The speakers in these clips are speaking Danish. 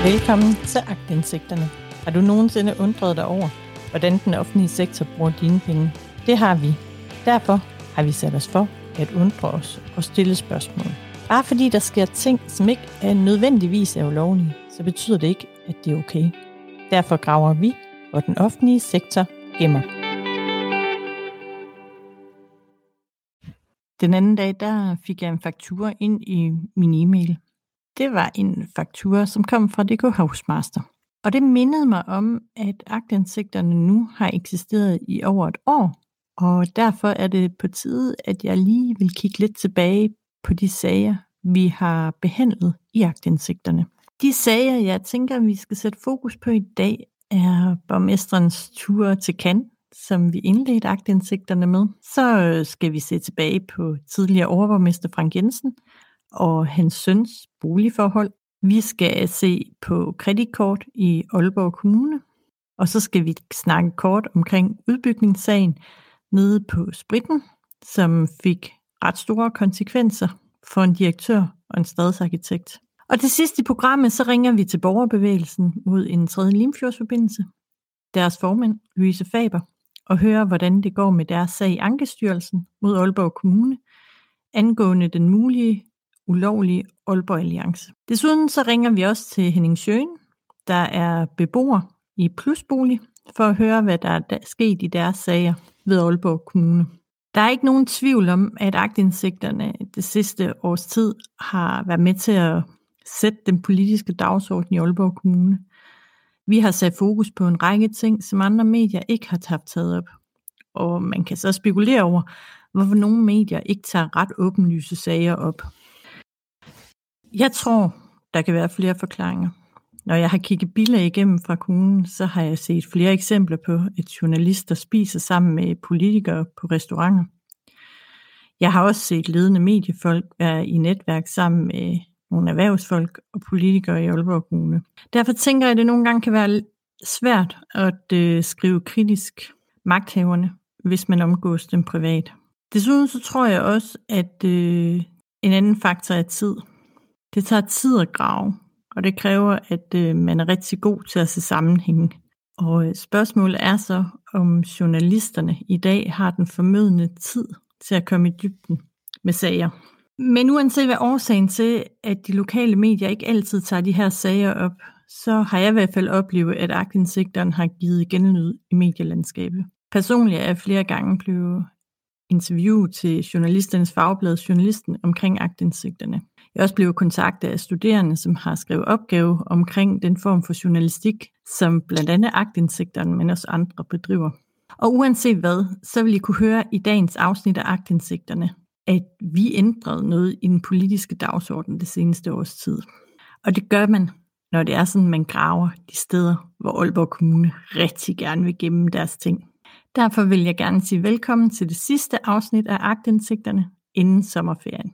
Velkommen til Aktindsigterne. Har du nogensinde undret dig over, hvordan den offentlige sektor bruger dine penge? Det har vi. Derfor har vi sat os for at undre os og stille spørgsmål. Bare fordi der sker ting, som ikke er nødvendigvis er ulovlige, så betyder det ikke, at det er okay. Derfor graver vi, hvor den offentlige sektor gemmer. Den anden dag, der fik jeg en faktura ind i min e-mail. Det var en faktura, som kom fra DK Housemasters. Og det mindede mig om, at aktindsigterne nu har eksisteret i over et år, og derfor er det på tide, at jeg lige vil kigge lidt tilbage på de sager, vi har behandlet i aktindsigterne. De sager, jeg tænker, vi skal sætte fokus på i dag, er borgmesterens tur til Cannes, som vi indledte aktindsigterne med. Så skal vi se tilbage på tidligere overborgmester Frank Jensen og hans søns boligforhold. Vi skal se på kreditkort i Aalborg Kommune, og så skal vi snakke kort omkring udbygningssagen nede på Spritten, som fik ret store konsekvenser for en direktør og en stadsarkitekt. Og til sidst i programmet, så ringer vi til borgerbevægelsen mod en tredje Limfjordsforbindelse, deres formand, Louise Faber, og hører, hvordan det går med deres sag i Ankestyrelsen mod Aalborg Kommune, angående den mulige ulovlige Aalborg Alliance. Desuden så ringer vi også til Henning Schøen, der er beboer i Plusbolig, for at høre, hvad der er sket i deres sager ved Aalborg Kommune. Der er ikke nogen tvivl om, at aktindsigterne det sidste års tid har været med til at sætte den politiske dagsorden i Aalborg Kommune. Vi har sat fokus på en række ting, som andre medier ikke har taget op. Og man kan så spekulere over, hvorfor nogle medier ikke tager ret åbenlyse sager op. Jeg tror, der kan være flere forklaringer. Når jeg har kigget billeder igennem fra kommunen, så har jeg set flere eksempler på, at journalister spiser sammen med politikere på restauranter. Jeg har også set ledende mediefolk være i netværk sammen med nogle erhvervsfolk og politikere i Aalborg Kommune. Derfor tænker jeg, at det nogle gange kan være svært at skrive kritisk magthaverne, hvis man omgås dem privat. Desuden så tror jeg også, at en anden faktor er tid. Det tager tid at grave, og det kræver, at man er rigtig god til at se sammenhænge. Og spørgsmålet er så, om journalisterne i dag har den fornødne tid til at komme i dybden med sager. Men uanset hvad årsagen til, at de lokale medier ikke altid tager de her sager op, så har jeg i hvert fald oplevet, at aktindsigterne har givet genlyd i medielandskabet. Personligt er jeg flere gange blevet interviewet til journalisternes fagblad Journalisten omkring aktindsigterne. Jeg er også blevet kontaktet af studerende, som har skrevet opgave omkring den form for journalistik, som blandt andet aktindsigterne, men også andre bedriver. Og uanset hvad, så vil I kunne høre i dagens afsnit af aktindsigterne, at vi ændrede noget i den politiske dagsorden det seneste års tid. Og det gør man, når det er sådan, man graver de steder, hvor Aalborg Kommune rigtig gerne vil gemme deres ting. Derfor vil jeg gerne sige velkommen til det sidste afsnit af aktindsigterne inden sommerferien.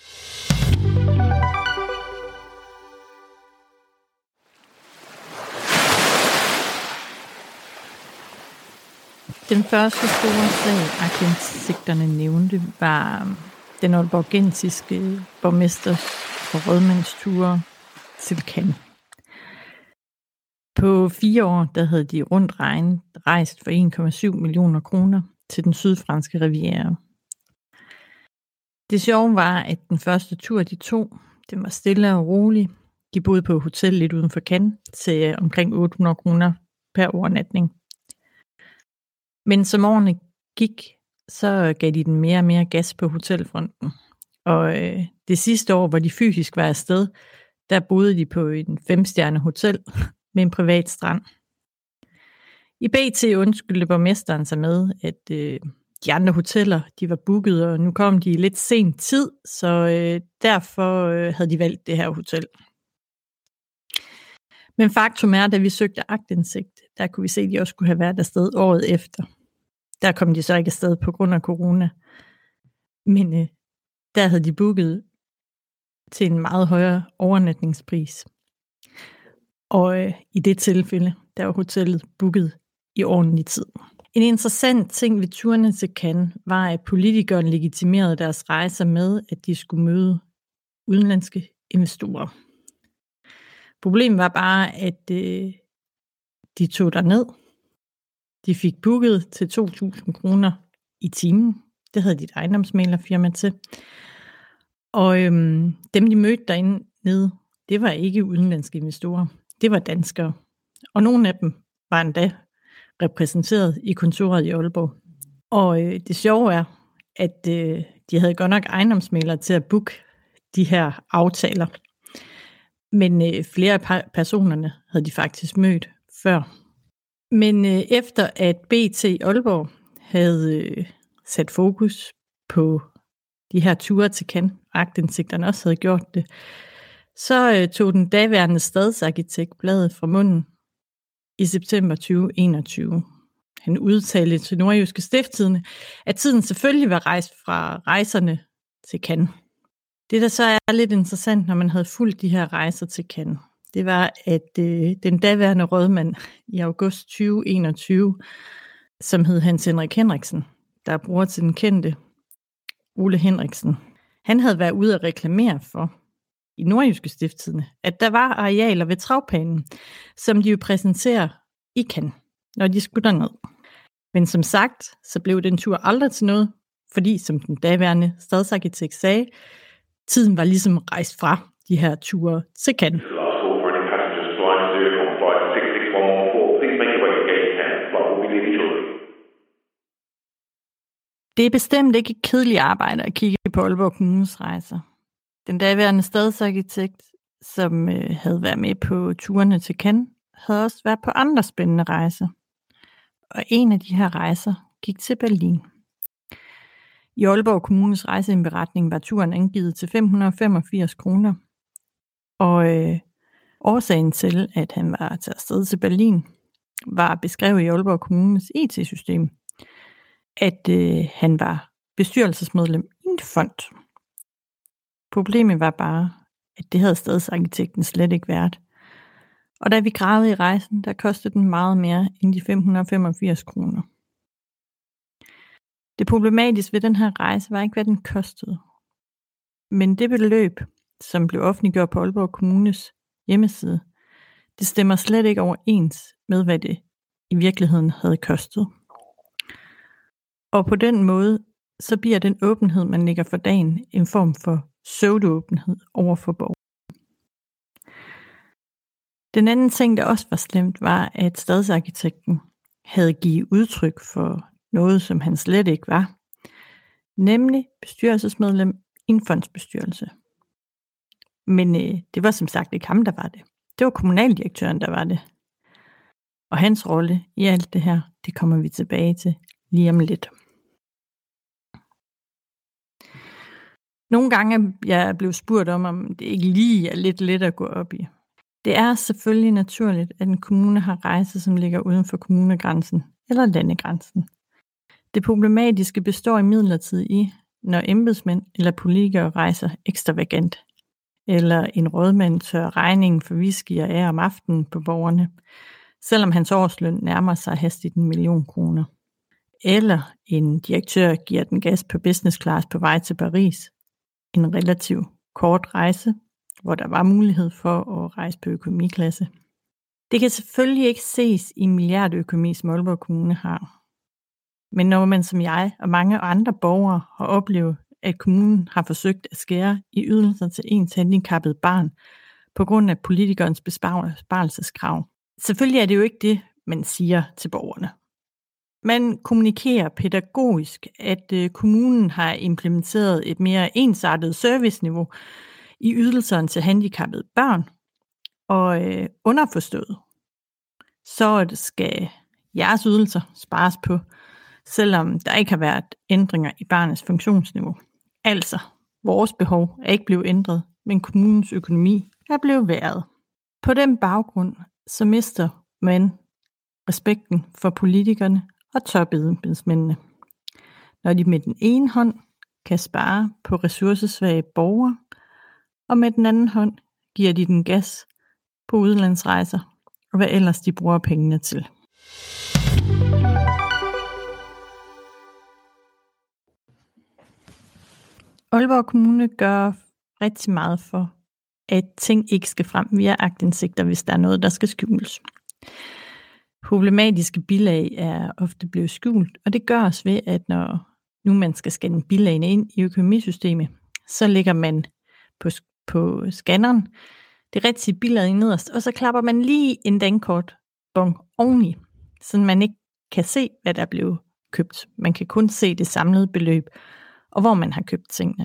Den første store sag, aktindsigterne nævnte, var den aalborgensiske borgmesters og rådmandsture til Cannes. På 4 år, der havde de rundt regnet rejst for 1,7 millioner kroner til den sydfranske riviera. Det sjove var, at den første tur, de tog, den var stille og rolig. De boede på hotel lidt uden for Cannes til omkring 800 kroner per overnatning. Men som årene gik, så gav de den mere og mere gas på hotelfronten. Og det sidste år, hvor de fysisk var afsted, der boede de på en 5-stjerne hotel med en privat strand. I BT undskyldte borgmesteren sig med, at de andre hoteller, de var booket, og nu kom de i lidt sen tid, så derfor havde de valgt det her hotel. Men faktum er, at da vi søgte aktindsigt, der kunne vi se, at de også skulle have været afsted året efter. Der kom de så ikke afsted på grund af corona. Men der havde de booket til en meget højere overnatningspris. Og i det tilfælde, der var hotellet booket i ordentlig tid. En interessant ting ved turene til Cannes var, at politikerne legitimerede deres rejser med, at de skulle møde udenlandske investorer. Problemet var bare, at de tog derned. De fik booket til 2.000 kroner i timen. Det havde de et ejendomsmæglerfirma til. Og dem, de mødte derinde nede, det var ikke udenlandske investorer. Det var danskere. Og nogle af dem var endda repræsenteret i kontoret i Aalborg. Og det sjove er, at de havde godt nok ejendomsmæglere til at booke de her aftaler. Men flere af personerne havde de faktisk mødt før. Men efter at BT Aalborg havde sat fokus på de her ture til Cannes, aktindsigterne også havde gjort det, så tog den daværende stadsarkitekt bladet fra munden i september 2021. Han udtalte til Nordjyske Stiftstidende, at tiden selvfølgelig var rejst fra rejserne til Cannes. Det, der så er lidt interessant, når man havde fulgt de her rejser til Cannes, det var, at den daværende rådmand i august 2021, som hed Hans Henrik Henriksen, der er bror til den kendte Ole Henriksen, han havde været ude at reklamere for i Nordjyske Stiftstidende, at der var arealer ved travbanen, som de jo præsenterer i Cannes, når de skulle derned. Men som sagt, så blev den tur aldrig til noget, fordi som den daværende stadsarkitekt sagde, tiden var ligesom rejst fra de her ture til Cannes. Det er bestemt ikke et kedeligt arbejde at kigge på Aalborg Kommunes rejser. Den daværende stadsarkitekt, som havde været med på turene til Cannes, havde også været på andre spændende rejser. Og en af de her rejser gik til Berlin. I Aalborg Kommunes rejseindberetning var turen angivet til 585 kroner. Og årsagen til, at han var taget afsted til Berlin, var beskrevet i Aalborg Kommunes IT-system, at han var bestyrelsesmedlem i en fond. Problemet var bare, at det havde stadsarkitekten slet ikke været. Og da vi gravede i rejsen, der kostede den meget mere end de 585 kroner. Det problematiske ved den her rejse var ikke, hvad den kostede. Men det beløb, som blev offentliggjort på Aalborg Kommunes hjemmeside, det stemmer slet ikke overens med, hvad det i virkeligheden havde kostet. Og på den måde, så bliver den åbenhed, man lægger for dagen, en form for pseudo-åbenhed over for borgerne. Den anden ting, der også var slemt, var, at stadsarkitekten havde givet udtryk for noget, som han slet ikke var, nemlig bestyrelsesmedlem i en fondsbestyrelse. Men det var som sagt ikke ham, der var det. Det var kommunaldirektøren, der var det. Og hans rolle i alt det her, det kommer vi tilbage til lige om lidt. Nogle gange er jeg blevet spurgt om det ikke lige er lidt let at gå op i. Det er selvfølgelig naturligt, at en kommune har rejser, som ligger uden for kommunegrænsen eller landegrænsen. Det problematiske består imidlertid i, når embedsmænd eller politikere rejser ekstravagant, eller en rådmand tør regningen for whisky og ære om aftenen på borgerne, selvom hans årsløn nærmer sig hastigt 1 million kroner. Eller en direktør giver den gas på business class på vej til Paris, en relativt kort rejse, hvor der var mulighed for at rejse på økonomiklasse. Det kan selvfølgelig ikke ses i milliardøkonomi, som Aalborg Kommune har. Men når man som jeg og mange andre borgere har oplevet, at kommunen har forsøgt at skære i ydelser til ens handicappede barn på grund af politikernes besparelseskrav. Selvfølgelig er det jo ikke det, man siger til borgerne. Man kommunikerer pædagogisk, at kommunen har implementeret et mere ensartet serviceniveau i ydelserne til handicappede børn, og underforstået, så skal jeres ydelser spares på, selvom der ikke har været ændringer i barnets funktionsniveau. Altså, vores behov er ikke blevet ændret, men kommunens økonomi er blevet værret. På den baggrund, så mister man respekten for politikerne og topembedsmændene, når de med den ene hånd kan spare på ressourcesvage borgere, og med den anden hånd giver de den gas på udlandsrejser, og hvad ellers de bruger pengene til. Aalborg Kommune gør rigtig meget for, at ting ikke skal frem via aktindsigter, hvis der er noget, der skal skjules. Problematiske bilag er ofte blevet skjult, og det gøres ved, at når nu man skal scanne bilagene ind i økonomisystemet, så lægger man på scanneren det rigtige bilag nederst, og så klapper man lige en dankort bon oveni, så man ikke kan se, hvad der blev købt. Man kan kun se det samlede beløb, og hvor man har købt tingene.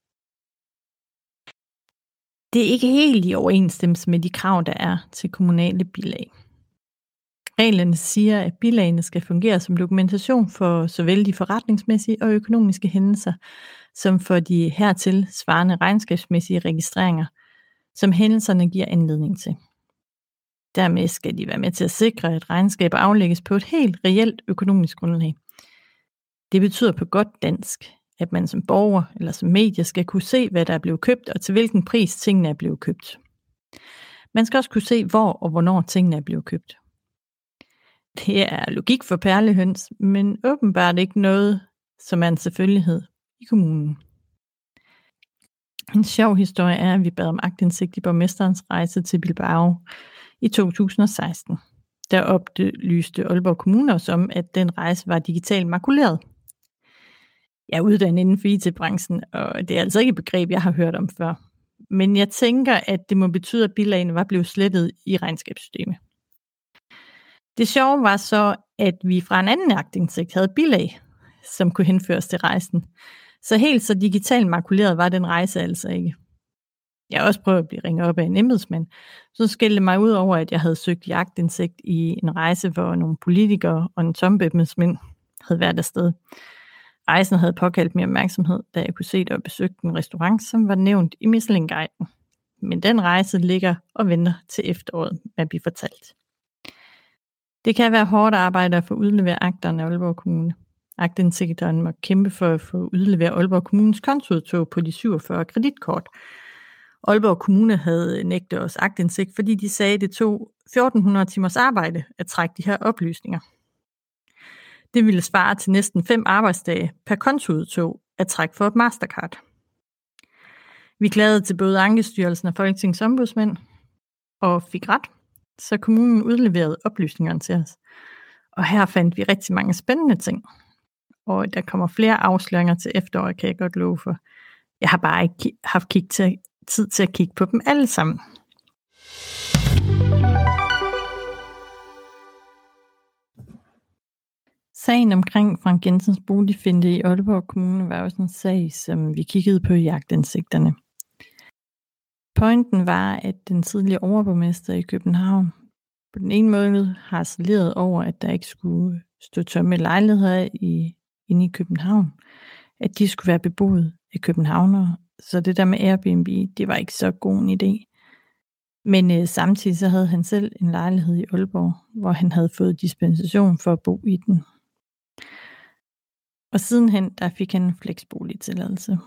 Det er ikke helt i overensstemmelse med de krav, der er til kommunale bilag. Reglerne siger, at bilagene skal fungere som dokumentation for såvel de forretningsmæssige og økonomiske hændelser, som for de hertil svarende regnskabsmæssige registreringer, som hændelserne giver anledning til. Dermed skal de være med til at sikre, at regnskaber aflægges på et helt reelt økonomisk grundlag. Det betyder på godt dansk, at man som borger eller som medie skal kunne se, hvad der er blevet købt, og til hvilken pris tingene er blevet købt. Man skal også kunne se, hvor og hvornår tingene er blevet købt. Det er logik for perlehøns, men åbenbart ikke noget, som er en selvfølgelighed i kommunen. En sjov historie er, at vi bad om aktindsigt i borgmesterens rejse til Bilbao i 2016. Der oplyste Aalborg Kommune os om, at den rejse var digitalt makuleret. Jeg er uddannet inden for IT-branchen, og det er altså ikke et begreb, jeg har hørt om før. Men jeg tænker, at det må betyde, at bilagene var blevet slettet i regnskabssystemet. Det sjove var så, at vi fra en anden aktindsigt havde bilag, som kunne henføres til rejsen. Så helt så digitalt makuleret var den rejse altså ikke. Jeg har også prøvet at blive ringet op af en embedsmand, så skældte mig ud over, at jeg havde søgt i aktindsigt i en rejse, hvor nogle politikere og en tombembedsmænd havde været afsted. Rejsen havde påkaldt min opmærksomhed, da jeg kunne se, at jeg besøgte en restaurant, som var nævnt i Michelin-guiden. Men den rejse ligger og venter til efteråret med at blive fortalt. Det kan være hårdt arbejde at få udleveret akterne af Aalborg Kommune. Aktindsigteren må kæmpe for at få udleveret Aalborg Kommunes kontoudtog på de 47 kreditkort. Aalborg Kommune havde nægtet os aktindsigt, fordi de sagde, at det tog 1400 timers arbejde at trække de her oplysninger. Det ville svare til næsten 5 arbejdsdage per kontoudtog at trække for et Mastercard. Vi klagede til både Ankestyrelsen og Folketingets ombudsmænd og fik ret, så kommunen udleverede oplysningerne til os. Og her fandt vi rigtig mange spændende ting. Og der kommer flere afsløringer til efteråret, kan jeg godt love for. Jeg har bare ikke haft tid til at kigge på dem alle sammen. Sagen omkring Frank Jensens boligfinte i Aalborg Kommune var også en sag, som vi kiggede på i aktindsigterne. Pointen var, at den tidligere overborgmester i København på den ene måde har harceleret over, at der ikke skulle stå tomme lejligheder inde i København, at de skulle være beboet af københavnere. Så det der med Airbnb, det var ikke så god en idé. Men samtidig så havde han selv en lejlighed i Aalborg, hvor han havde fået dispensation for at bo i den. Og sidenhen, der fik han en fleksboligtilladelse.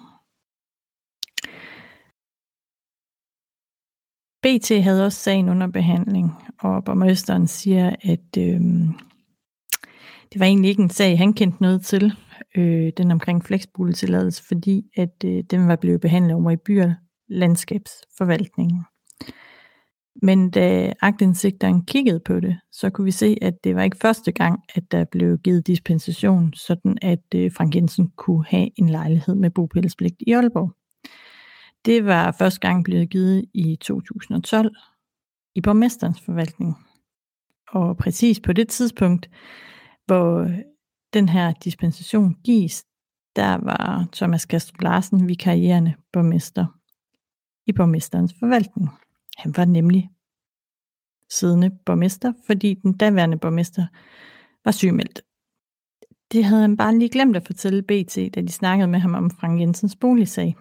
BT havde også sagen under behandling, og borgmesteren siger, at det var egentlig ikke en sag, han kendte noget til, den omkring fleksboligtilladelse, fordi at den var blevet behandlet over i by- og landskabsforvaltningen. Men da aktindsigteren kiggede på det, så kunne vi se, at det var ikke første gang, at der blev givet dispensation, sådan at Frank Jensen kunne have en lejlighed med bopælspligt i Aalborg. Det var første gang blevet givet i 2012 i borgmesterens forvaltning. Og præcis på det tidspunkt, hvor den her dispensation gives, der var Thomas Kastrup Larsen vikarierende borgmester i borgmesterens forvaltning. Han var nemlig siddende borgmester, fordi den daværende borgmester var sygemeldt. Det havde han bare lige glemt at fortælle BT, da de snakkede med ham om Frank Jensens boligsag.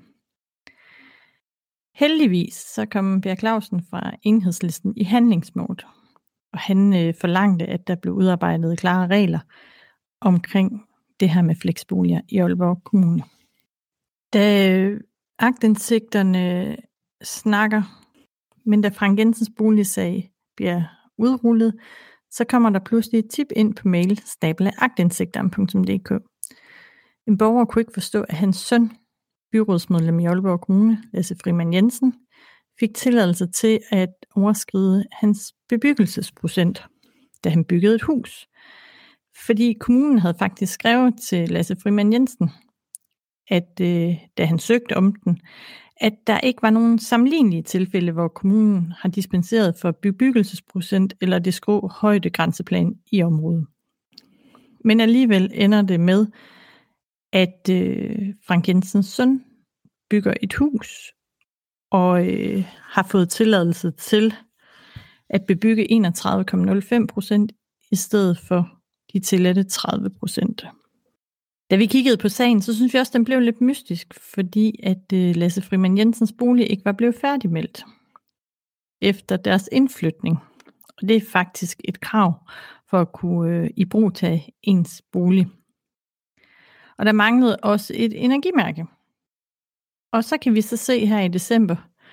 Heldigvis så kom Per Clausen fra Enhedslisten i handlingsmål, og han forlangte, at der blev udarbejdet klare regler omkring det her med fleksboliger i Aalborg Kommune. Da aktindsigterne snakker, men da Frank Jensens boligsag bliver udrullet, så kommer der pludselig et tip ind på mail @aktindsigterne.dk. En borger kunne ikke forstå, at hans søn, byrådsmedlem i Aalborg Kommune, Lasse Frimann Jensen, fik tilladelse til at overskride hans bebyggelsesprocent, da han byggede et hus. Fordi kommunen havde faktisk skrevet til Lasse Frimann Jensen, at da han søgte om den, at der ikke var nogen sammenlignelige tilfælde, hvor kommunen har dispenseret for bebyggelsesprocent eller det skrå højdegrænseplan i området. Men alligevel ender det med, at Frank Jensens søn bygger et hus og har fået tilladelse til at bebygge 31,05% i stedet for de tilladte 30%. Da vi kiggede på sagen, så synes vi også, at den blev lidt mystisk, fordi at Lasse Frimann Jensens bolig ikke var blevet færdigmeldt efter deres indflytning. Og det er faktisk et krav for at kunne ibrugtage ens bolig. Og der manglede også et energimærke. Og så kan vi så se her i december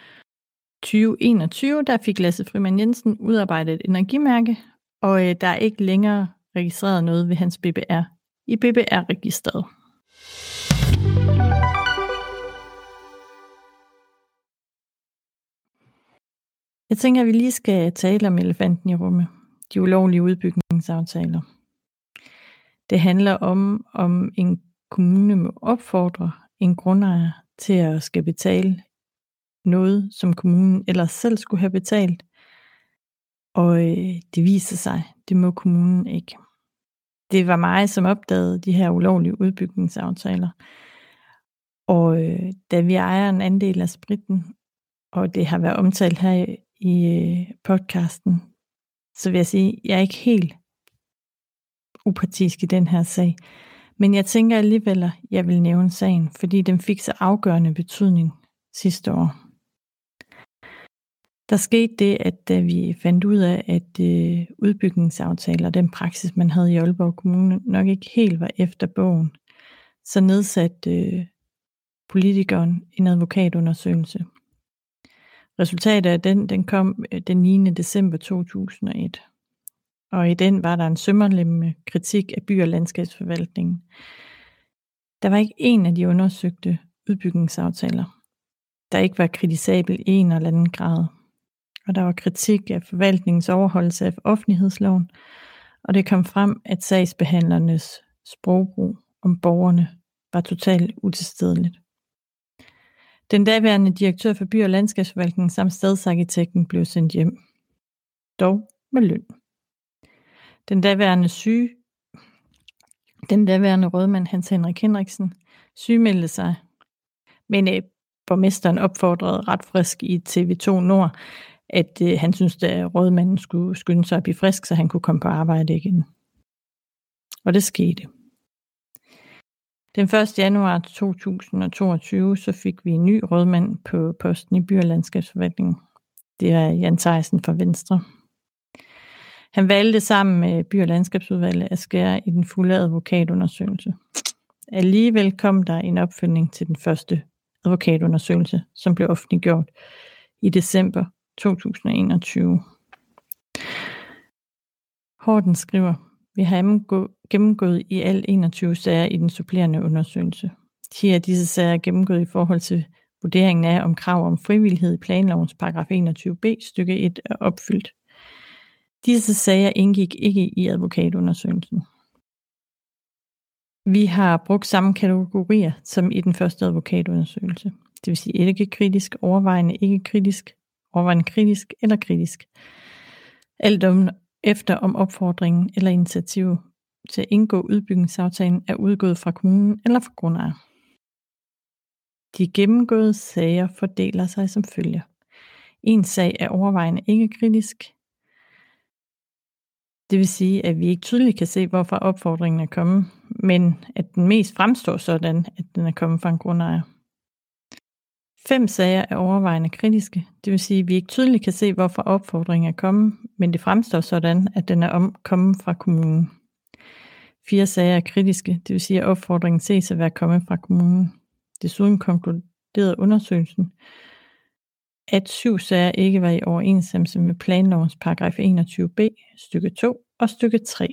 2021, der fik Lasse Frimann Jensen udarbejdet et energimærke, og der er ikke længere registreret noget ved hans BBR i BBR-registret. Jeg tænker, at vi lige skal tale om elefanten i rummet. De ulovlige udbygningsaftaler. Det handler om en kommune må opfordre en grundejer til at skal betale noget, som kommunen ellers selv skulle have betalt. Og det viser sig, det må kommunen ikke. Det var mig, som opdagede de her ulovlige udbygningsaftaler. Og da vi ejer en andel af spritten, og det har været omtalt her i podcasten, så vil jeg sige, at jeg er ikke helt upartisk i den her sag. Men jeg tænker alligevel, at jeg vil nævne sagen, fordi den fik så afgørende betydning sidste år. Der skete det, at da vi fandt ud af, at udbygningsaftaler, den praksis, man havde i Aalborg Kommune, nok ikke helt var efter bogen, så nedsatte politikeren en advokatundersøgelse. Resultatet af den kom den 9. december 2001. Og i den var der en sønderlemmende kritik af by- og landskabsforvaltningen. Der var ikke en af de undersøgte udbygningsaftaler, der ikke var kritisabel i en eller anden grad. Og der var kritik af forvaltningens overholdelse af offentlighedsloven, og det kom frem, at sagsbehandlernes sprogbrug om borgerne var totalt utilstedeligt. Den daværende direktør for by- og landskabsforvaltningen samt stadsarkitekten blev sendt hjem, dog med løn. Den daværende rådmand Hans Henrik Henriksen sygemeldte sig, men borgmesteren opfordrede ret frisk i TV2 Nord, at han syntes, at rådmanden skulle skynde sig at blive frisk, så han kunne komme på arbejde igen. Og det skete. Den 1. januar 2022, så fik vi en ny rådmand på posten i by- og landskabsforvaltningen. Det er Jan Theisen fra Venstre. Han valgte sammen med by- og landskabsudvalget at skære i den fulde advokatundersøgelse. Alligevel kom der en opfølgning til den første advokatundersøgelse, som blev offentliggjort i december 2021. Horten skriver, vi har gennemgået i alt 21 sager i den supplerende undersøgelse. 10 af disse sager er gennemgået i forhold til vurderingen af, om krav om frivillighed i planlovens paragraf 21b stykke 1 er opfyldt. Disse sager indgik ikke i advokatundersøgelsen. Vi har brugt samme kategorier som i den første advokatundersøgelse. Det vil sige ikke kritisk, overvejende ikke kritisk, overvejende kritisk eller kritisk. Alt efter om opfordringen eller initiativet til at indgå udbygningsaftalen er udgået fra kommunen eller fra grundejer. De gennemgåede sager fordeler sig som følger. En sag er overvejende ikke kritisk. Det vil sige, at vi ikke tydeligt kan se, hvorfor opfordringen er kommet, men at den mest fremstår sådan, at den er kommet fra en grundejer. 5 sager er overvejende kritiske. Det vil sige, at vi ikke tydeligt kan se, hvorfor opfordringen er kommet, men det fremstår sådan, at den er kommet fra kommunen. 4 sager er kritiske. Det vil sige, at opfordringen ses at være kommet fra kommunen. Desuden konkluderede undersøgelsen, at 7 sager ikke var i overensstemmelse med planlovens paragraf 21b, stykke 2 og stykke 3.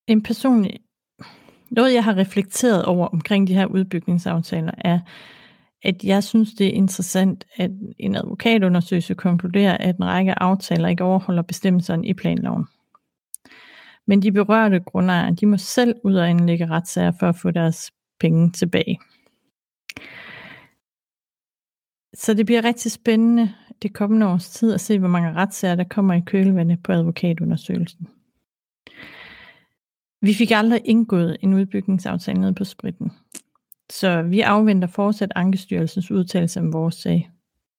Noget jeg har reflekteret over omkring de her udbygningsaftaler er, at jeg synes, det er interessant, at en advokatundersøgelse konkluderer, at en række aftaler ikke overholder bestemmelserne i planloven. Men de berørte grundejere, de må selv ud og indlægge retssager for at få deres penge tilbage. Så det bliver rigtig spændende det kommende års tid at se, hvor mange retssager, der kommer i kølvandet på advokatundersøgelsen. Vi fik aldrig indgået en udbygningsaftale nede på Spritten. Så vi afventer fortsat Ankestyrelsens udtalelse om vores sag.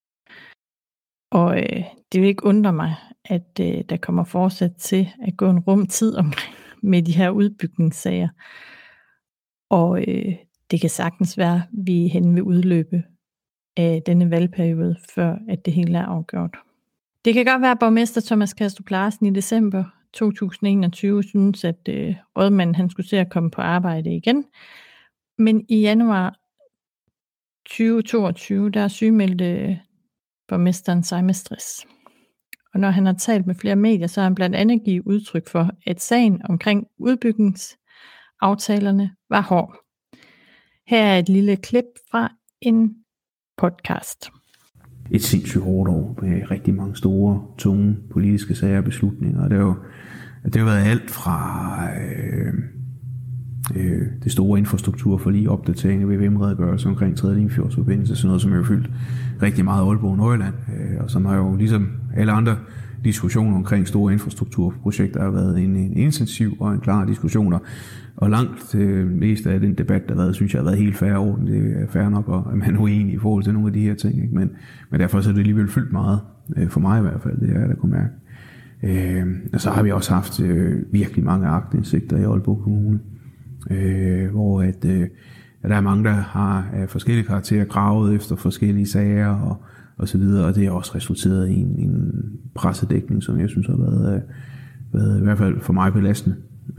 Og det vil ikke undre mig, at der kommer fortsat til at gå en rum tid med de her udbygningssager. Og det kan sagtens være, at vi er henne ved udløbe af denne valgperiode, før at det hele er afgjort. Det kan godt være, at borgmester Thomas Kastrup Larsen i december 2021 synes, at rådmanden han skulle se at komme på arbejde igen. Men i januar 2022, der sygemeldte borgmesteren sig med stress. Og når han har talt med flere medier, så har han blandt andet givet udtryk for, at sagen omkring udbygningsaftalerne var hård. Her er et lille klip fra en podcast. Et sindssygt hårdt år med rigtig mange store, tunge politiske sager og beslutninger. Det har været alt fra det store infrastrukturforlig, opdatering af VVM-redegørelse omkring 3. Limfjordsforbindelse, sådan noget, som har fyldt rigtig meget Aalborg og Nordjylland, og som har jo ligesom alle andre diskussioner omkring store infrastrukturprojekter har været en intensiv og en klar diskussion, og langt mest af den debat, der har været, synes jeg har været helt fair orden. Det er fair nok, og man er uenig i forhold til nogle af de her ting, ikke? Men derfor så er det alligevel fyldt meget, for mig i hvert fald, det er jeg da kunne mærke. Og så har vi også haft virkelig mange aktindsigter i Aalborg Kommune, hvor at der er mange, der har af forskellige karakterer gravet efter forskellige sager og så videre, og det er også resulteret i en pressedækning, som jeg synes har været i hvert fald for mig belastende.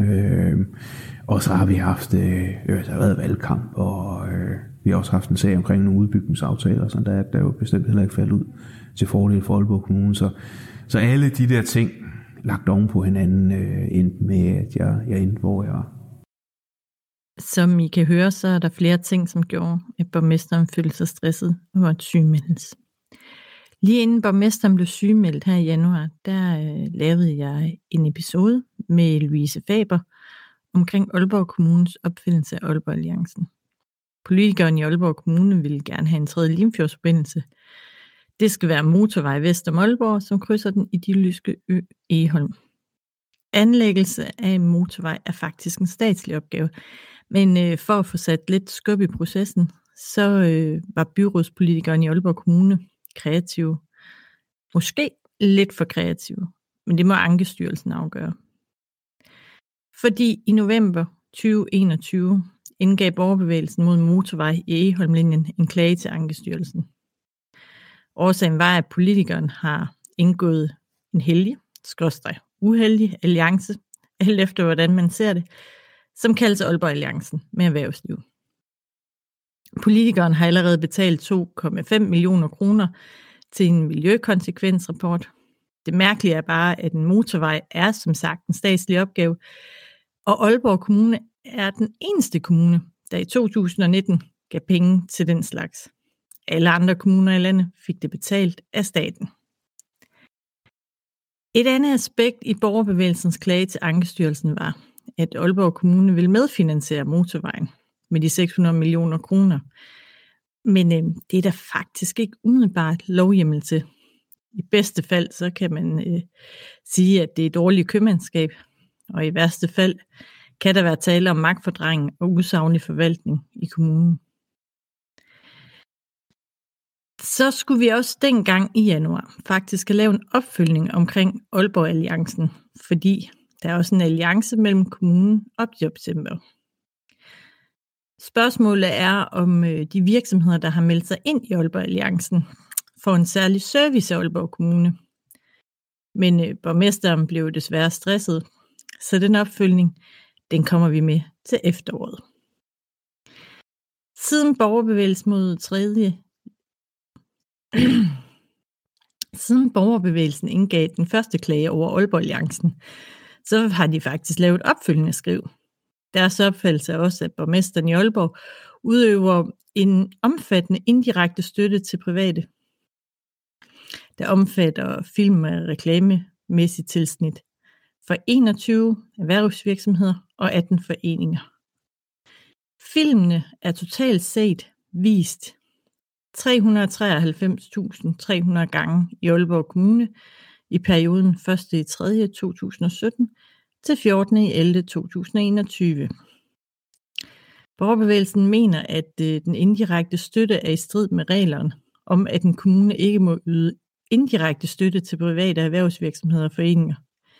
Og så har vi haft der har været valgkamp, og vi har også haft en sag omkring nogle udbygningsaftaler, så der er jo bestemt heller ikke faldet ud til fordel for Aalborg Kommune. Så alle de der ting lagt oven på hinanden endte med, at jeg endte, hvor jeg var. Som I kan høre, så er der flere ting, som gjorde, at borgmesteren følte sig stresset og måtte sygemeldes. Lige inden borgmesteren blev sygemeldt her i januar, der lavede jeg en episode med Louise Faber omkring Aalborg Kommunes opfindelse af Aalborg Alliancen. Politikeren i Aalborg Kommune ville gerne have en 3. Limfjordsforbindelse. Det skal være motorvej vest om Aalborg, som krydser den idylliske ø Egholm. Anlæggelse af en motorvej er faktisk en statslig opgave, men for at få sat lidt skub i processen, så var byrådspolitikeren i Aalborg Kommune kreative. Måske lidt for kreative, men det må Ankestyrelsen afgøre. Fordi i november 2021 indgav borgerbevægelsen mod motorvej i Egholmlinjen en klage til Ankestyrelsen. Årsagen var, at politikeren har indgået en heldig, uheldig alliance, alt efter hvordan man ser det, som kaldes Aalborg Alliancen med erhvervsliv. Politikeren har allerede betalt 2,5 millioner kroner til en miljøkonsekvensrapport. Det mærkelige er bare, at en motorvej er som sagt en statslig opgave, og Aalborg Kommune er den eneste kommune, der i 2019 gav penge til den slags. Alle andre kommuner i landet fik det betalt af staten. Et andet aspekt i borgerbevægelsens klage til Ankestyrelsen var, at Aalborg Kommune vil medfinansiere motorvejen med de 600 millioner kroner. Men det er der faktisk ikke umiddelbart lovhjemmel til. I bedste fald så kan man sige, at det er dårligt købmandskab, og i værste fald kan der være tale om magtfordrejning og usaglig forvaltning i kommunen. Så skulle vi også dengang i januar faktisk have lavet en opfølgning omkring Aalborg Alliancen, fordi der er også en alliance mellem kommunen og Jobcenter. Spørgsmålet er, om de virksomheder, der har meldt sig ind i Aalborg Alliancen, får en særlig service af Aalborg Kommune. Men borgmesteren blev desværre stresset, så den opfølgning, den kommer vi med til efteråret. Siden borgerbevægelsen indgav den første klage over Aalborg Alliancen, så har de faktisk lavet opfølgende skriv. Deres opfattelse er også, at borgmesteren i Aalborg udøver en omfattende indirekte støtte til private, der omfatter film- og reklamemæssigt tilsnit for 21 erhvervsvirksomheder og 18 foreninger. Filmene er totalt set vist 393.300 gange i Aalborg Kommune i perioden 1.3.2017 til 14.11.2021. Borgerbevægelsen mener, at den indirekte støtte er i strid med reglerne om, at en kommune ikke må yde indirekte støtte til private erhvervsvirksomheder og foreninger.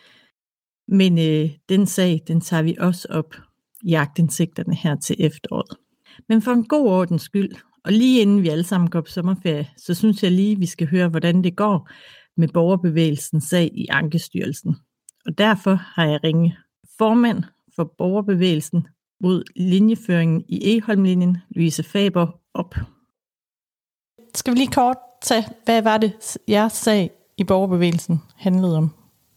Men den sag, den tager vi også op i aktindsigterne her til efteråret. Men for en god ordens skyld, og lige inden vi alle sammen går på sommerferie, så synes jeg lige, vi skal høre, hvordan det går med borgerbevægelsens sag i Ankestyrelsen. Og derfor har jeg ringet formand for borgerbevægelsen mod linjeføringen i Egholmlinjen, Louise Faber, op. Skal vi lige kort tage, hvad var det, jeres sag i borgerbevægelsen handlede om?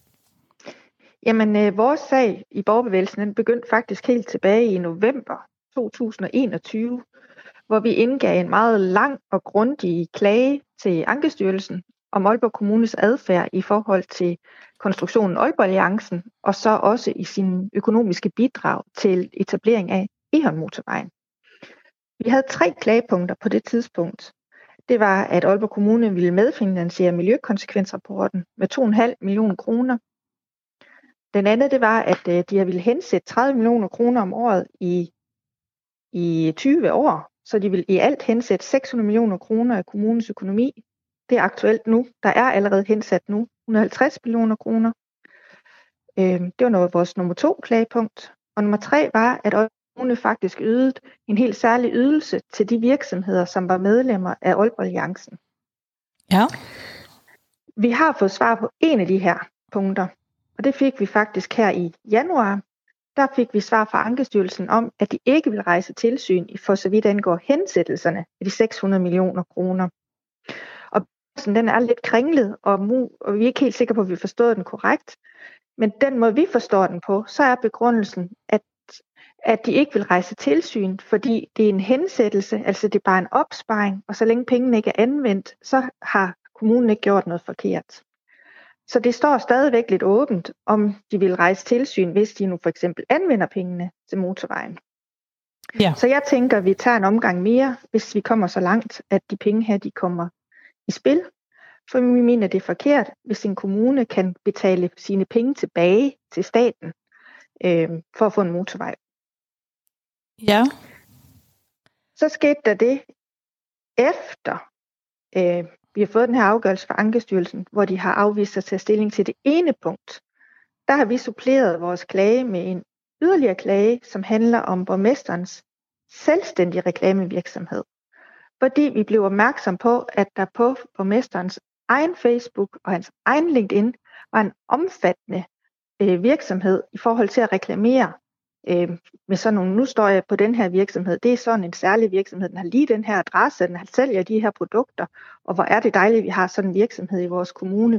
Jamen, vores sag i borgerbevægelsen den begyndte faktisk helt tilbage i november 2021, hvor vi indgav en meget lang og grundig klage til Ankestyrelsen om Aalborg Kommunes adfærd i forhold til konstruktionen Aalborg Alliancen, og så også i sin økonomiske bidrag til etablering af Egholm-motorvejen. Vi havde 3 klagepunkter på det tidspunkt. Det var, at Aalborg Kommune ville medfinansiere miljøkonsekvensrapporten med 2,5 millioner kroner. Den anden, det var, at de ville hensætte 30 millioner kroner om året i 20 år, så de vil i alt hensætte 600 millioner kroner af kommunens økonomi. Det er aktuelt nu. Der er allerede hensat nu 150 millioner kroner. Det var vores nummer 2 klagepunkt. Og nummer 3 var, at kommune faktisk ydede en helt særlig ydelse til de virksomheder, som var medlemmer af Aalborg Alliancen. Ja. Vi har fået svar på en af de her punkter, og det fik vi faktisk her i januar. Der fik vi svar fra Ankestyrelsen om, at de ikke vil rejse tilsyn for så vidt angår hensættelserne af de 600 millioner kroner. Og den er lidt kringlet, og vi er ikke helt sikre på, at vi forstår den korrekt. Men den måde, vi forstår den på, så er begrundelsen, at de ikke vil rejse tilsyn, fordi det er en hensættelse, altså det er bare en opsparing, og så længe pengene ikke er anvendt, så har kommunen ikke gjort noget forkert. Så det står stadigvæk lidt åbent, om de vil rejse tilsyn, hvis de nu for eksempel anvender pengene til motorvejen. Ja. Så jeg tænker, at vi tager en omgang mere, hvis vi kommer så langt, at de penge her, de kommer i spil. For vi mener, det er forkert, hvis en kommune kan betale sine penge tilbage til staten for at få en motorvej. Ja. Så skete der det efter vi har fået den her afgørelse fra Ankestyrelsen, hvor de har afvist at tage stilling til det ene punkt. Der har vi suppleret vores klage med en yderligere klage, som handler om borgmesterens selvstændige reklamevirksomhed. Fordi vi blev opmærksom på, at der på borgmesterens egen Facebook og hans egen LinkedIn var en omfattende virksomhed i forhold til at reklamere med sådan nogle, nu står jeg på den her virksomhed, det er sådan en særlig virksomhed, den har lige den her adresse, den sælger de her produkter, og hvor er det dejligt, at vi har sådan en virksomhed i vores kommune.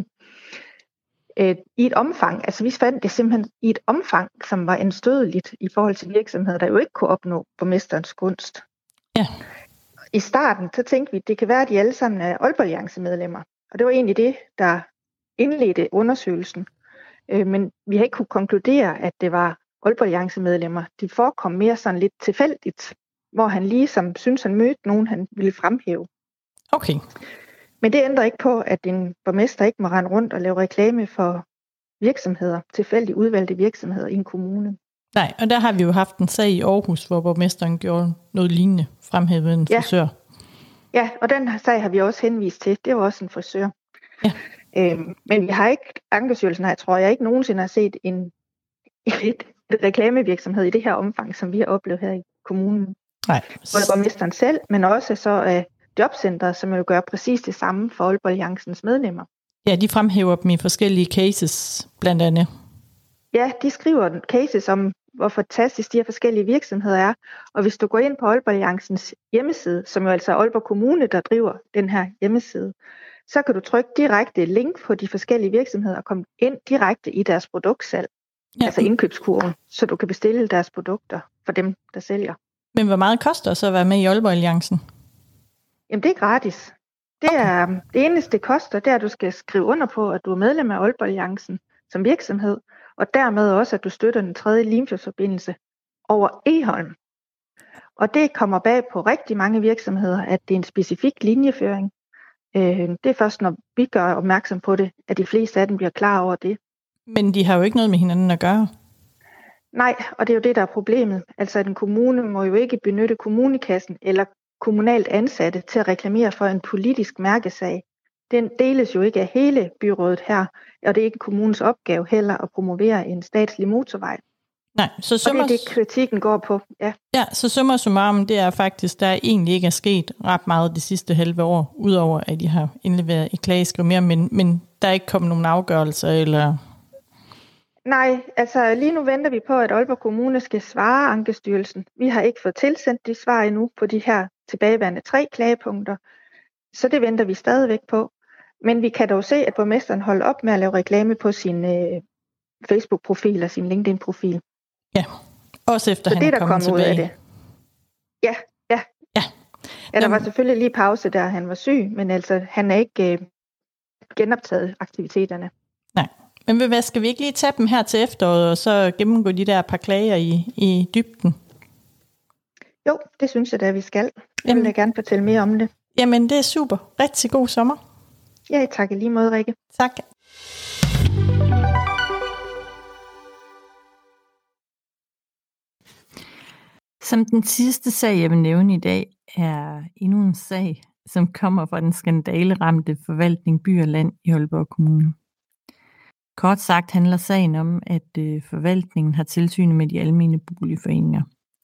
I et omfang, altså vi fandt det simpelthen i et omfang, som var anstødeligt i forhold til virksomheder, der jo ikke kunne opnå borgmesterens gunst. Ja. I starten, så tænkte vi, at det kan være, at de alle sammen er Aalborg Alliance medlemmer, og det var egentlig det, der indledte undersøgelsen. Men vi har ikke kunne konkludere, at det var Aalborg Alliance medlemmer. De forekom mere sådan lidt tilfældigt, hvor han ligesom synes, han mødte nogen, han ville fremhæve. Okay. Men det ændrer ikke på, at en borgmester ikke må rende rundt og lave reklame for virksomheder, tilfældigt udvalgte virksomheder i en kommune. Nej, og der har vi jo haft en sag i Aarhus, hvor borgmesteren gjorde noget lignende, fremhævede en frisør. Ja, og den sag har vi også henvist til. Det var også en frisør. Ja. Men vi har ikke, Ankestyrelsen her, tror jeg ikke nogensinde har set en reklamevirksomhed i det her omfang, som vi har oplevet her i kommunen. Nej. Både borgmesteren selv, men også så jobcentret, som jo gør præcis det samme for Aalborg Alliancens medlemmer. Ja, de fremhæver dem i forskellige cases, blandt andet. Ja, de skriver cases om, hvor fantastisk de her forskellige virksomheder er. Og hvis du går ind på Aalborg Alliancens hjemmeside, som jo altså er Aalborg Kommune, der driver den her hjemmeside, så kan du trykke direkte link på de forskellige virksomheder og komme ind direkte i deres produktsalg. altså indkøbskurven, så du kan bestille deres produkter for dem, der sælger. Men hvor meget koster det så at være med i Aalborg Alliancen? Jamen det er gratis. Det eneste, det koster, det er, at du skal skrive under på, at du er medlem af Aalborg Alliancen som virksomhed, og dermed også, at du støtter den 3. Limfjordsforbindelse over Egholm. Og det kommer bag på rigtig mange virksomheder, at det er en specifik linjeføring. Det er først, når vi gør opmærksom på det, at de fleste af dem bliver klar over det. Men de har jo ikke noget med hinanden at gøre. Nej, og det er jo det, der er problemet. Altså, at en kommune må jo ikke benytte kommunekassen eller kommunalt ansatte til at reklamere for en politisk mærkesag. Den deles jo ikke af hele byrådet her, og det er ikke kommunens opgave heller at promovere en statslig motorvej. Nej, så og det er det, kritikken går på. Ja, så summa summarum, det er faktisk, der egentlig ikke er sket ret meget det sidste halve år, udover at de har indleveret et klageskriv mere, men der er ikke kommet nogen afgørelser, eller... Nej, altså lige nu venter vi på, at Aalborg Kommune skal svare Ankestyrelsen. Vi har ikke fået tilsendt de svar endnu på de her tilbageværende 3 klagepunkter, så det venter vi stadigvæk på. Men vi kan dog se, at borgmesteren holder op med at lave reklame på sin Facebook-profil og sin LinkedIn-profil. Ja, også efter så han er kommet tilbage. Ud af det. Ja, der var selvfølgelig lige pause, der han var syg, men altså han er ikke genoptaget aktiviteterne. Nej, men hvad skal vi ikke lige tage dem her til efteråret, og så gennemgå de der par klager i dybden? Jo, det synes jeg da, vi skal. Jeg vil gerne fortælle mere om det. Jamen, det er super. Rigtig god sommer. Ja, tak i lige måde, Rikke. Tak. Som den sidste sag, jeg vil nævne i dag, er endnu en sag, som kommer fra den skandaleramte forvaltning By og Land i Aalborg Kommune. Kort sagt handler sagen om, at forvaltningen har tilsyn med de almene boligforeninger.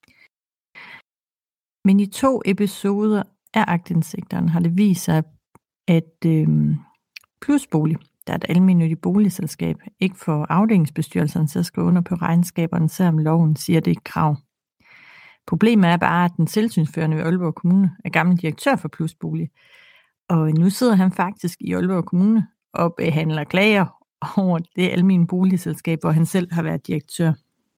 Men i 2 episoder af aktindsigterne har det vist sig, at Plusbolig, der er et almennyttigt boligselskab, ikke får afdelingsbestyrelserne til at skrive under på regnskaberne, selvom loven siger, det er et krav. Problemet er bare, at den tilsynsførende ved Aalborg Kommune er gammel direktør for Plusbolig, og nu sidder han faktisk i Aalborg Kommune og behandler klager over det almene boligselskab, hvor han selv har været direktør.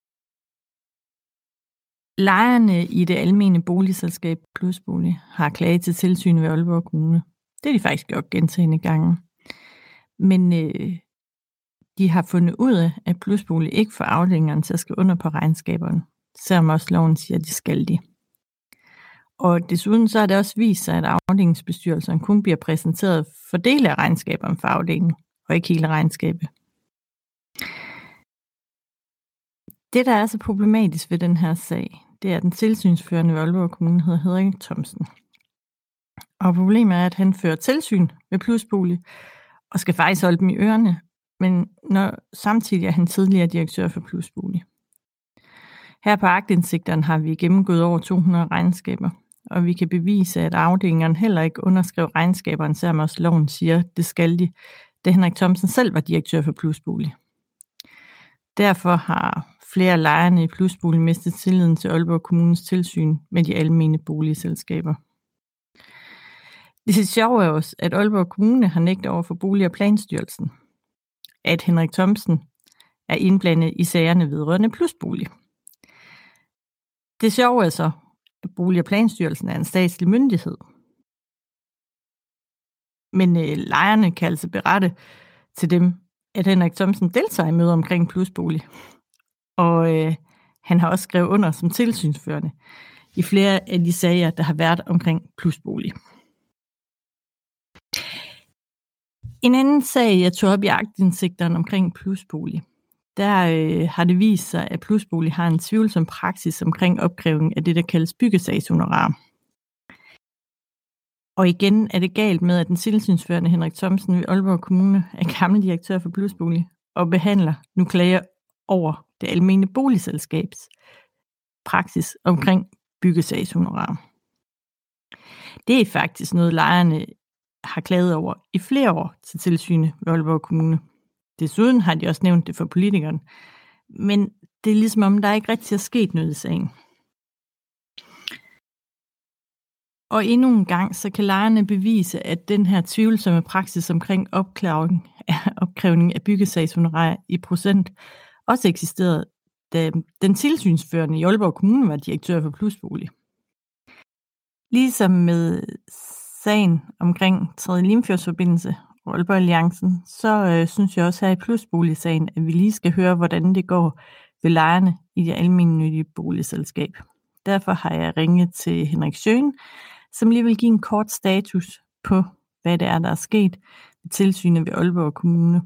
Lejerne i det almene boligselskab Plusbolig har klaget til tilsynet ved Aalborg Kommune. Det har de faktisk gjort gentagne gange. Men de har fundet ud af, at Plusbolig ikke får afdelingerne til at skrive under på regnskaberne, selvom også loven siger, at de skal de. Og desuden så har det også vist sig, at afdelingsbestyrelserne kun bliver præsenteret for dele af regnskaberne for afdelingen, og ikke hele regnskabet. Det, der er så problematisk ved den her sag, det er, at den tilsynsførende ved Aalborg Kommune hedder Henrik Thomsen. Og problemet er, at han fører tilsyn med Plusbolig, og skal faktisk holde dem i ørerne, men samtidig er han tidligere direktør for Plusbolig. Her på aktindsigterne har vi gennemgået over 200 regnskaber, og vi kan bevise, at afdelingerne heller ikke underskrev regnskaberne, selvom også loven siger, det skal de, da Henrik Thomsen selv var direktør for Plusbolig. Derfor har flere af lejerne i Plusbolig mistet tilliden til Aalborg Kommunes tilsyn med de almene boligselskaber. Det sjove er også, at Aalborg Kommune har nægtet over for Bolig- og Planstyrelsen, at Henrik Thomsen er indblandet i sagerne vedrørende Plusbolig. Det sjove er så, at Bolig- og Planstyrelsen er en statslig myndighed. Men lejerne kan altså berette til dem, at Henrik Thomsen deltager i møder omkring Plusbolig. Og han har også skrevet under som tilsynsførende i flere af de sager, der har været omkring Plusbolig. En anden sag, jeg tog op i aktindsigterne omkring Plusbolig, der har det vist sig, at Plusbolig har en tvivlsom praksis omkring opkrævning af det, der kaldes byggesagshonorar. Og igen er det galt med, at den tilsynsførende Henrik Thomsen ved Aalborg Kommune er gammel direktør for Plusbolig og behandler nu klager over det almene boligselskabs praksis omkring byggesagshonorar. Det er faktisk noget, lejerne har klaget over i flere år til tilsynet ved Aalborg Kommune. Desuden har de også nævnt det for politikerne, men det er ligesom om, der ikke rigtig er sket noget i sagen. Og endnu en gang, så kan lejerne bevise, at den her tvivlsomme praksis omkring opkrævning af byggesagshonorar i procent også eksisterede, da den tilsynsførende i Aalborg Kommune var direktør for Plusbolig. Ligesom med sagen omkring 3. Limfjordsforbindelse og Aalborg Alliancen, så synes jeg også her i Plusbolig-sagen, at vi lige skal høre, hvordan det går ved lejerne i det almennyttige boligselskab. Derfor har jeg ringet til Henrik Schøen, som lige vil give en kort status på, hvad det er, der er sket ved tilsynet ved Aalborg Kommune.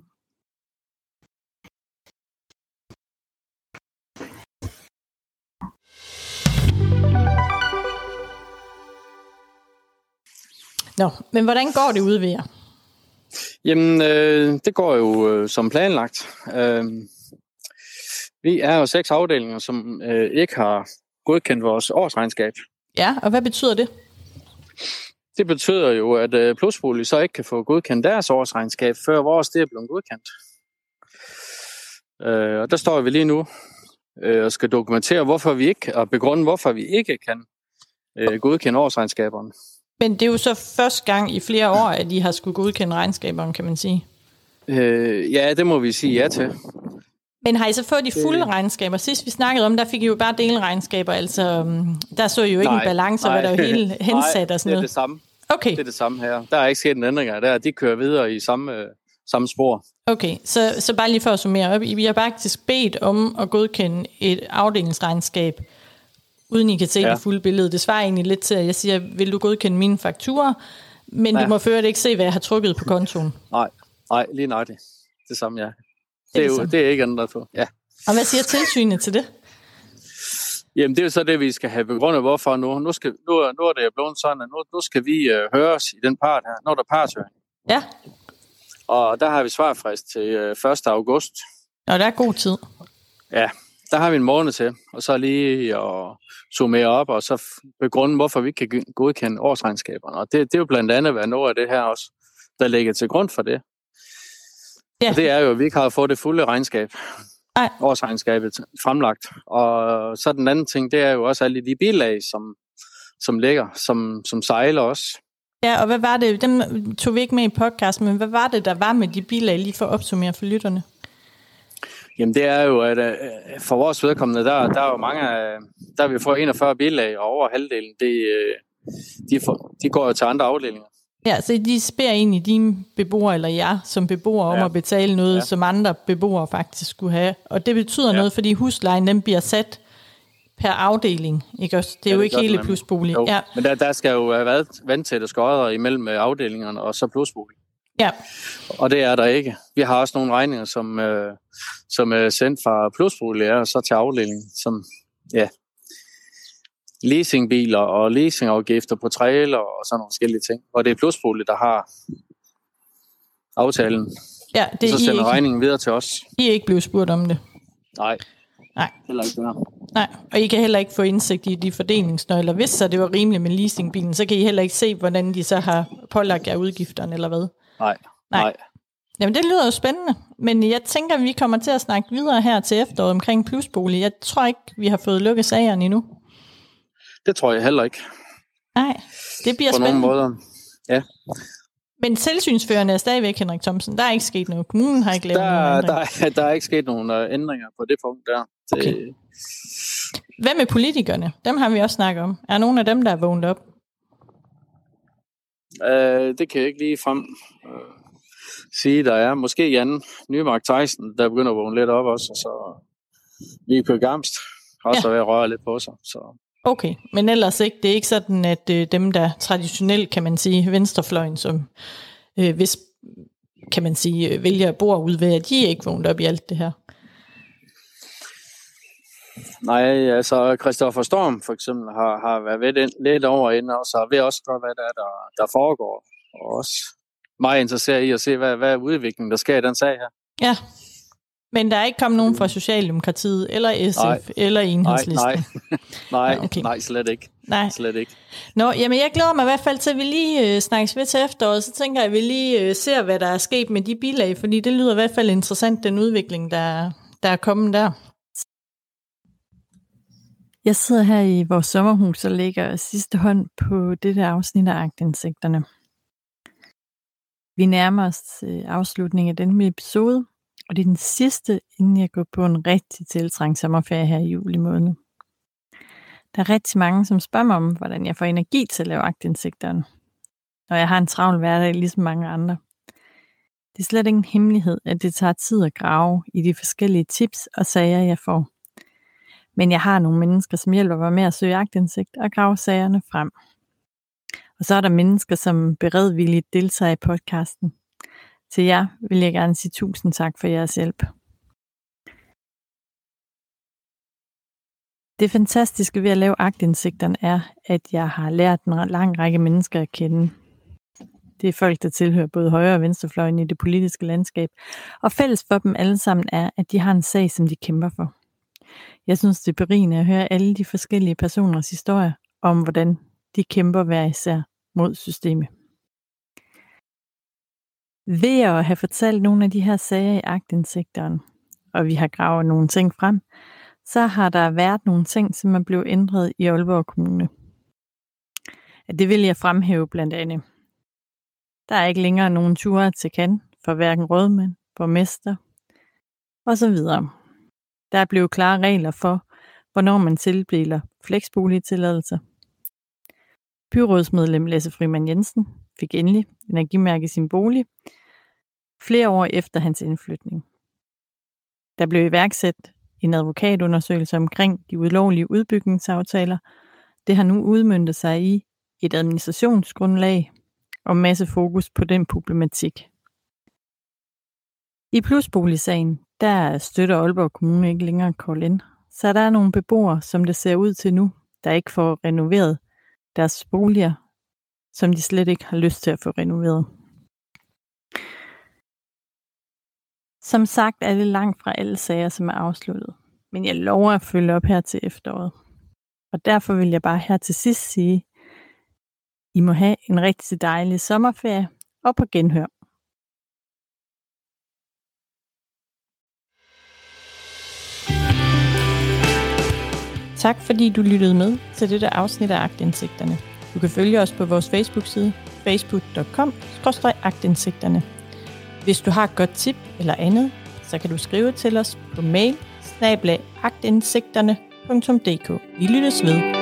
Nå, men hvordan går det ude ved jer? Jamen, det går jo som planlagt. Vi er jo 6 afdelinger, som ikke har godkendt vores årsregnskab. Ja, og hvad betyder det? Det betyder jo, at Plusbolig så ikke kan få godkendt deres årsregnskab, før vores det er blevet godkendt. Og der står vi lige nu og skal dokumentere, hvorfor vi ikke, og begrunde, hvorfor vi ikke kan godkende årsregnskaberne. Men det er jo så første gang i flere år, at I har skulle godkende regnskaberne, kan man sige. Ja, det må vi sige ja til. Men har I så fået de fulde regnskaber? Sidst vi snakkede om, der fik I jo bare delregnskaber, altså der så I jo ikke en balance, hvor der jo hele hensat og sådan noget. Nej, det er det samme. Okay. Det er det samme her. Der er ikke sket en ændring der. De kører videre i samme spor. Okay, så bare lige for at summere op. Vi har faktisk bedt om at godkende et afdelingsregnskab, uden I kan se det fulde billede. Det svarer egentlig lidt til, at jeg siger, vil du godkende mine fakturer, men du må før ikke se, hvad jeg har trykket på kontoen. Nej, lige nøjagtigt. Det samme, ja. Det er ikke ændret på. Ja. Og hvad siger tilsynet til det? Jamen, det er jo så det, vi skal have begrundet, hvorfor nu er det blevet sådan, at nu skal vi høres i den part her. Nu er der partshøring. Ja. Og der har vi svarfrist til 1. august. Og der er god tid. Ja, der har vi en måned til. Og så lige at summere op, og så begrunde, hvorfor vi ikke kan godkende årsregnskaberne. Og det er jo blandt andet været noget af det her også, der ligger til grund for det. Ja. Og det er jo, at vi ikke har fået det fulde regnskab. Nej. Årsregnskabet fremlagt. Og så den anden ting, det er jo også alle de bilag, som ligger, som sejler også. Ja, og hvad var det? Dem tog vi ikke med i podcasten, men hvad var det, der var med de bilag, lige for at opsummere for lytterne? Jamen det er jo, at for vores vedkommende, der er jo mange, der vi får 41 bilag, og over halvdelen, de går jo til andre afdelinger. Ja, så de spærer egentlig dine beboere, eller jer som beboere, om at betale noget, som andre beboere faktisk skulle have. Og det betyder noget, fordi huslejen, den bliver sat per afdeling, ikke også? Det er jo ikke hele Plusbolig. Ja. Men der skal jo have været vandtætte skodder imellem afdelingerne og så Plusbolig. Ja. Og det er der ikke. Vi har også nogle regninger, som er sendt fra Plusbolig og så til afdelingen, som leasingbiler og leasingafgifter på trailer og sådan nogle forskellige ting. Og det er Plusbolig, der har aftalen. Ja, det så sender regningen videre til os. I er ikke blevet spurgt om det? Nej. Heller ikke der. Nej, og I kan heller ikke få indsigt i de fordelingsnøgler. Hvis så det var rimeligt med leasingbilen, så kan I heller ikke se, hvordan de så har pålagt af udgifterne, eller hvad? Nej. Jamen, det lyder jo spændende. Men jeg tænker, at vi kommer til at snakke videre her til efteråret omkring Plusbolig. Jeg tror ikke, vi har fået lukket sagerne endnu. Det tror jeg heller ikke. Nej, det bliver på spændende. På nogle måder, ja. Men tilsynsførende er stadigvæk Henrik Thomsen. Der er ikke sket noget. Kommunen har ikke lavet nogen ændringer. Der er ikke sket nogen ændringer på det punkt der. Okay. Hvad med politikerne? Dem har vi også snakket om. Er nogen af dem, der er vågnet op? Det kan jeg ikke lige frem sige, der er. Måske Jan Nymark Theisen, der begynder at vågne lidt op også. Og så Vibeke Gamst har også været at røre lidt på sig. Så. Okay, men ellers ikke. Det er ikke sådan, at dem, der traditionelt, kan man sige, venstrefløjen, som hvis, kan man sige, vælger at bo ude ved, at de er ikke vågnet op i alt det her. Nej, altså Christoffer Storm for eksempel har været lidt over inden, og så ved også godt, hvad der foregår. Og også meget interesseret i at se, hvad udviklingen der sker i den sag her. Ja, men der er ikke kommet nogen fra Socialdemokratiet, eller SF, eller Enhedslisten? Nej, slet ikke. Nej. Slet ikke. Nå, jamen jeg glæder mig i hvert fald til, at vi lige snakkes ved til efteråret, så tænker jeg, at vi lige ser, hvad der er sket med de bilag, fordi det lyder i hvert fald interessant, den udvikling, der er kommet der. Jeg sidder her i vores sommerhus og lægger sidste hånd på dette afsnit af Aktindsigterne. Vi nærmer os afslutningen af denne episode, Og det er den sidste, inden jeg går på en rigtig tiltrængt sommerferie her i juli måned. Der er rigtig mange, som spørger mig om, hvordan jeg får energi til at lave aktindsigterne. Og jeg har en travl hverdag, ligesom mange andre. Det er slet ingen hemmelighed, at det tager tid at grave i de forskellige tips og sager, jeg får. Men jeg har nogle mennesker, som hjælper mig med at søge aktindsigt og grave sagerne frem. Og så er der mennesker, som beredvilligt deltager i podcasten. Til jer vil jeg gerne sige tusind tak for jeres hjælp. Det fantastiske ved at lave aktindsigterne er, at jeg har lært en lang række mennesker at kende. Det er folk, der tilhører både højre- og venstrefløjen i det politiske landskab. Og fælles for dem alle sammen er, at de har en sag, som de kæmper for. Jeg synes, det er berigende at høre alle de forskellige personers historier om, hvordan de kæmper hver især mod systemet. Ved at have fortalt nogle af de her sager i aktindsigteren, og vi har gravet nogle ting frem, så har der været nogle ting, som er blevet ændret i Aalborg Kommune. Det vil jeg fremhæve blandt andet. Der er ikke længere nogen ture til Cannes for hverken rådmænd, borgmester osv. Der er blevet klare regler for, hvornår man tildeler fleksboligtilladelser. Byrådsmedlem Lasse Frimann Jensen fik endelig energimærke sin bolig flere år efter hans indflytning. Der blev iværksat en advokatundersøgelse omkring de ulovlige udbygningsaftaler. Det har nu udmøntet sig i et administrationsgrundlag og masse fokus på den problematik. I plusboligsagen, der støtter Aalborg Kommune ikke længere call-in, så der er nogle beboere, som det ser ud til nu, der ikke får renoveret deres boliger, som de slet ikke har lyst til at få renoveret. Som sagt er det langt fra alle sager, som er afsluttet, men jeg lover at følge op her til efteråret. Og derfor vil jeg bare her til sidst sige, I må have en rigtig dejlig sommerferie og på genhør. Tak fordi du lyttede med til dette afsnit af Aktindsigterne. Du kan følge os på vores Facebook-side, facebook.com/aktindsigterne. Hvis du har et godt tip eller andet, så kan du skrive til os på mail @aktindsigterne.dk. Vi lyttes ved.